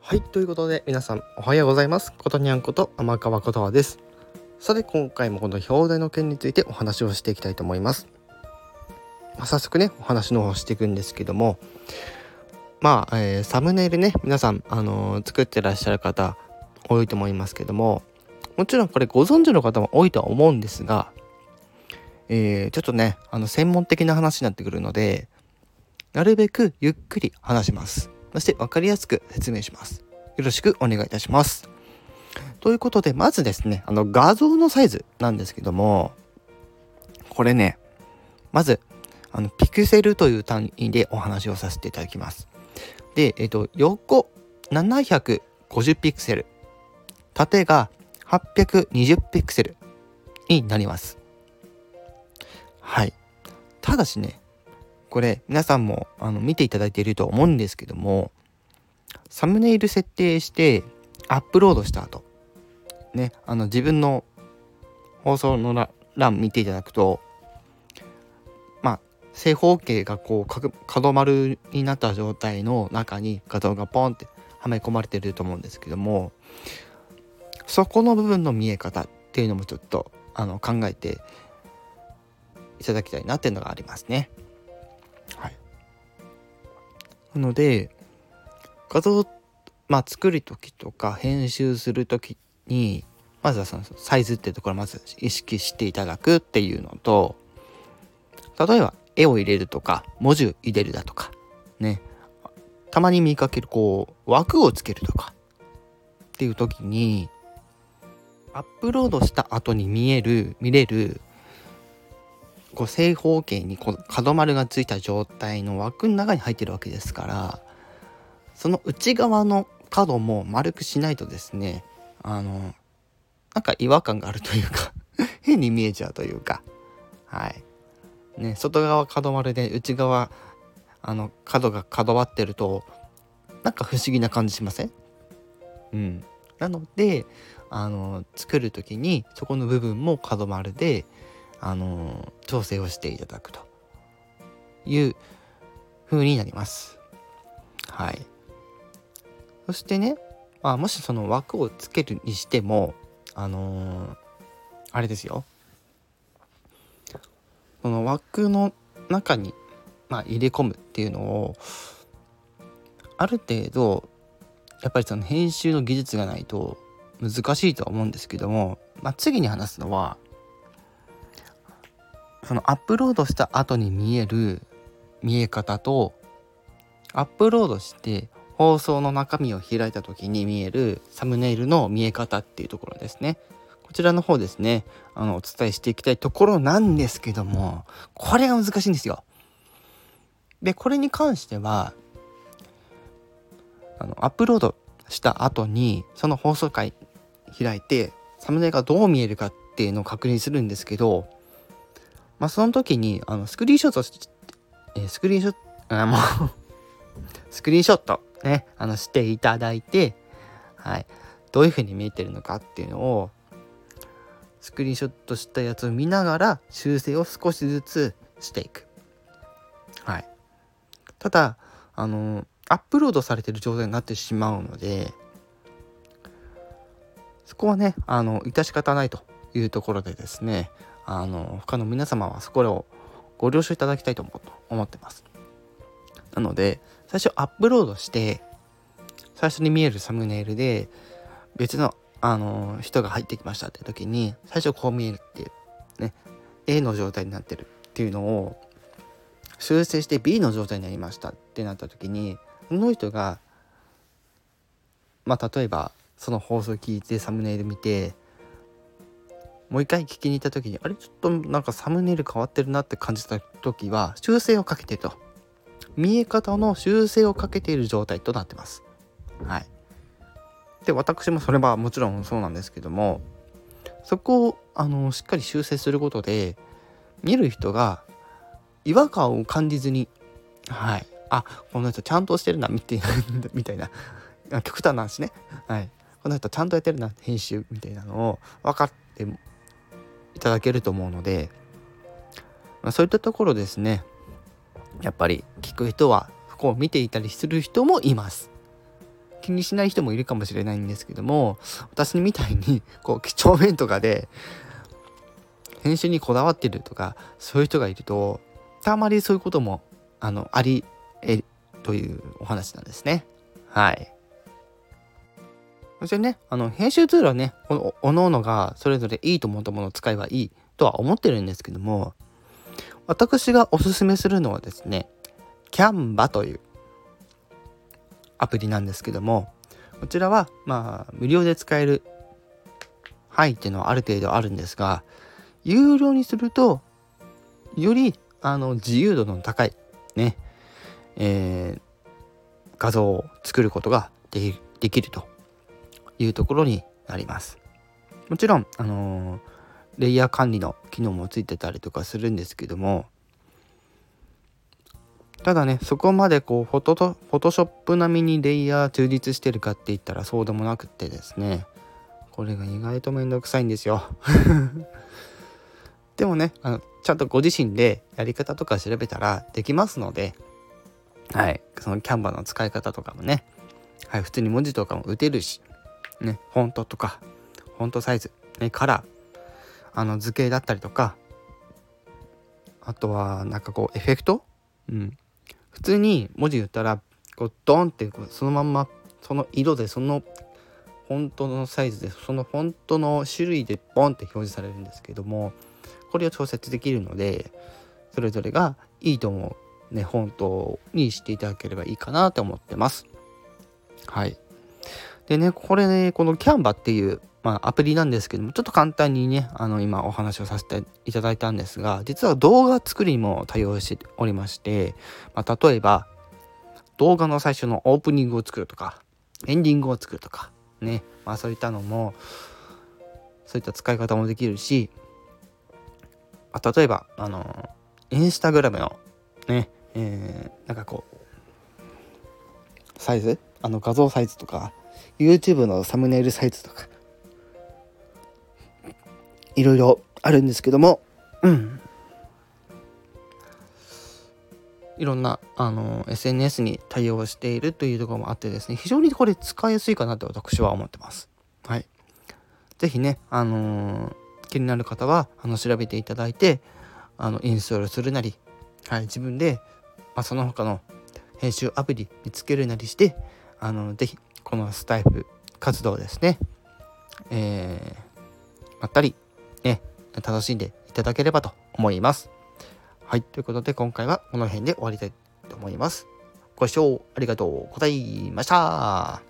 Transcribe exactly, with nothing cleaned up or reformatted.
はい、ということで皆さんおはようございます。ことにゃんこと天川ことはです。さて今回もこの表題の件についてお話をしていきたいと思います。まあ、早速ねお話の方をしていくんですけども、まあ、えー、サムネイルね皆さん、あのー作ってらっしゃる方多いと思いますけども、もちろんこれご存知の方も多いとは思うんですが、えー、ちょっとねあの専門的な話になってくるので、なるべくゆっくり話します。そして分かりやすく説明します。よろしくお願いいたします。ということで、まずですね、あの画像のサイズなんですけども、これね、まずあのピクセルという単位でお話をさせていただきます。で、えっと横ななひゃくごじゅうピクセル、縦がはっぴゃくにじゅうピクセルになります。はい。ただしね、これ皆さんもあの見ていただいていると思うんですけども、サムネイル設定してアップロードした後ね、あの自分の放送の欄見ていただくと、まあ正方形がこう角丸になった状態の中に画像がポンってはめ込まれていると思うんですけども、そこの部分の見え方っていうのもちょっとあの考えていただきたいなっていうのがありますね。はい。なので画像、まあ、作る時とか編集する時にまずはそのサイズっていうところをまず意識していただくっていうのと、例えば絵を入れるとか文字を入れるだとかね、たまに見かけるこう枠をつけるとかっていう時に、アップロードした後に見える見れるこう正方形にこう角丸がついた状態の枠の中に入ってるわけですから、その内側の角も丸くしないとですね、あのなんか違和感があるというか変に見えちゃうというか、はいね、外側角丸で内側あの角が角張ってるとなんか不思議な感じしません？うん。なのであの作る時にそこの部分も角丸であの調整をしていただくという風になります。はい。そしてね、まあ、もしその枠をつけるにしてもあのー、あれですよ、その枠の中に、まあ、入れ込むっていうのをある程度やっぱりその編集の技術がないと難しいとは思うんですけども、まあ、次に話すのはそのアップロードした後に見える見え方と、アップロードして放送の中身を開いた時に見えるサムネイルの見え方っていうところですね。こちらの方ですね、あのお伝えしていきたいところなんですけども、これが難しいんですよ。でこれに関してはあのアップロードした後にその放送回開いてサムネがどう見えるかっていうのを確認するんですけど、まあ、その時にあのスクリーンショットし、えー、スクリーンショットあもうスクリーンショットねあのしていただいて、はい、どういう風に見えてるのかっていうのをスクリーンショットしたやつを見ながら修正を少しずつしていく。はい。ただあのアップロードされている状態になってしまうので、そこはねあの致し方ないというところでですね、あの他の皆様はそこをご了承いただきたいと思うと思ってます。なので最初アップロードして最初に見えるサムネイルで別のあの人が入ってきましたって時に最初こう見えるっていうね A の状態になってるっていうのを修正して B の状態になりましたってなった時に、その人がまあ例えばその放送聞いてサムネイル見てもう一回聞きに行った時にあれちょっとなんかサムネイル変わってるなって感じた時は修正をかけてると、見え方の修正をかけている状態となってます。はい。で私もそれはもちろんそうなんですけども、そこをあのしっかり修正することで見る人が違和感を感じずに、はい、あこの人ちゃんとしてるなみたいなみたいな極端な話ね、はい、この人ちゃんとやってるな編集みたいなのを分かっていただけると思うので、まあ、そういったところですね、やっぱり聞く人はこう見ていたりする人もいます。 気にしない人もいるかもしれないんですけども、私みたいにこう几帳面とかで編集にこだわってるとかそういう人がいると、たまにそういうこともあのありえというお話なんですね。はい。そしてね、あの編集ツールはね、おおのおのがそれぞれいいと思ったものを使えばいいとは思ってるんですけども、私がおすすめするのはですね、キャンバというアプリなんですけども、こちらはまあ無料で使える範囲っていうのはある程度あるんですが、有料にするとよりあの自由度の高いね、えー、画像を作ることができる、できるというところになります。もちろん、あのー、レイヤー管理の機能もついてたりとかするんですけども、ただね、そこまでこうフォトとフォトショップ並みにレイヤー充実してるかって言ったらそうでもなくってですね、これが意外とめんどくさいんですよでもね、あのちゃんとご自身でやり方とか調べたらできますので、はい、そのキャンバの使い方とかもね、はい、普通に文字とかも打てるし、ね、フォントとかフォントサイズ、ね、カラー、あの図形だったりとか、あとはなんかこうエフェクト、うん、普通に文字打ったらこうドンってこうそのまんまその色でそのフォントのサイズでそのフォントの種類でボンって表示されるんですけども、これを調節できるので、それぞれがいいと思うねフォントにしていただければいいかなと思ってます。はい。でね、これね、このキャンバっていう、まあ、アプリなんですけども、ちょっと簡単にね、あの今お話をさせていただいたんですが、実は動画作りも対応しておりまして、まあ、例えば動画の最初のオープニングを作るとか、エンディングを作るとかね、まあそういったのも、そういった使い方もできるし、まあ、例えばあのインスタグラムのね、えー、なんかこうサイズ、あの画像サイズとか YouTube のサムネイルサイズとかいろいろあるんですけども、うんいろんなあの エスエヌエス に対応しているというところもあってですね、非常にこれ使いやすいかなと私は思ってます。はい。ぜひね、あのー、気になる方はあの調べていただいて、あのインストールするなり、はい、自分で、まあ、その他の編集アプリ見つけるなりして、あのぜひこのスタイフ活動ですね、えー、まったりね楽しんでいただければと思います。はい、ということで今回はこの辺で終わりたいと思います。ご視聴ありがとうございました。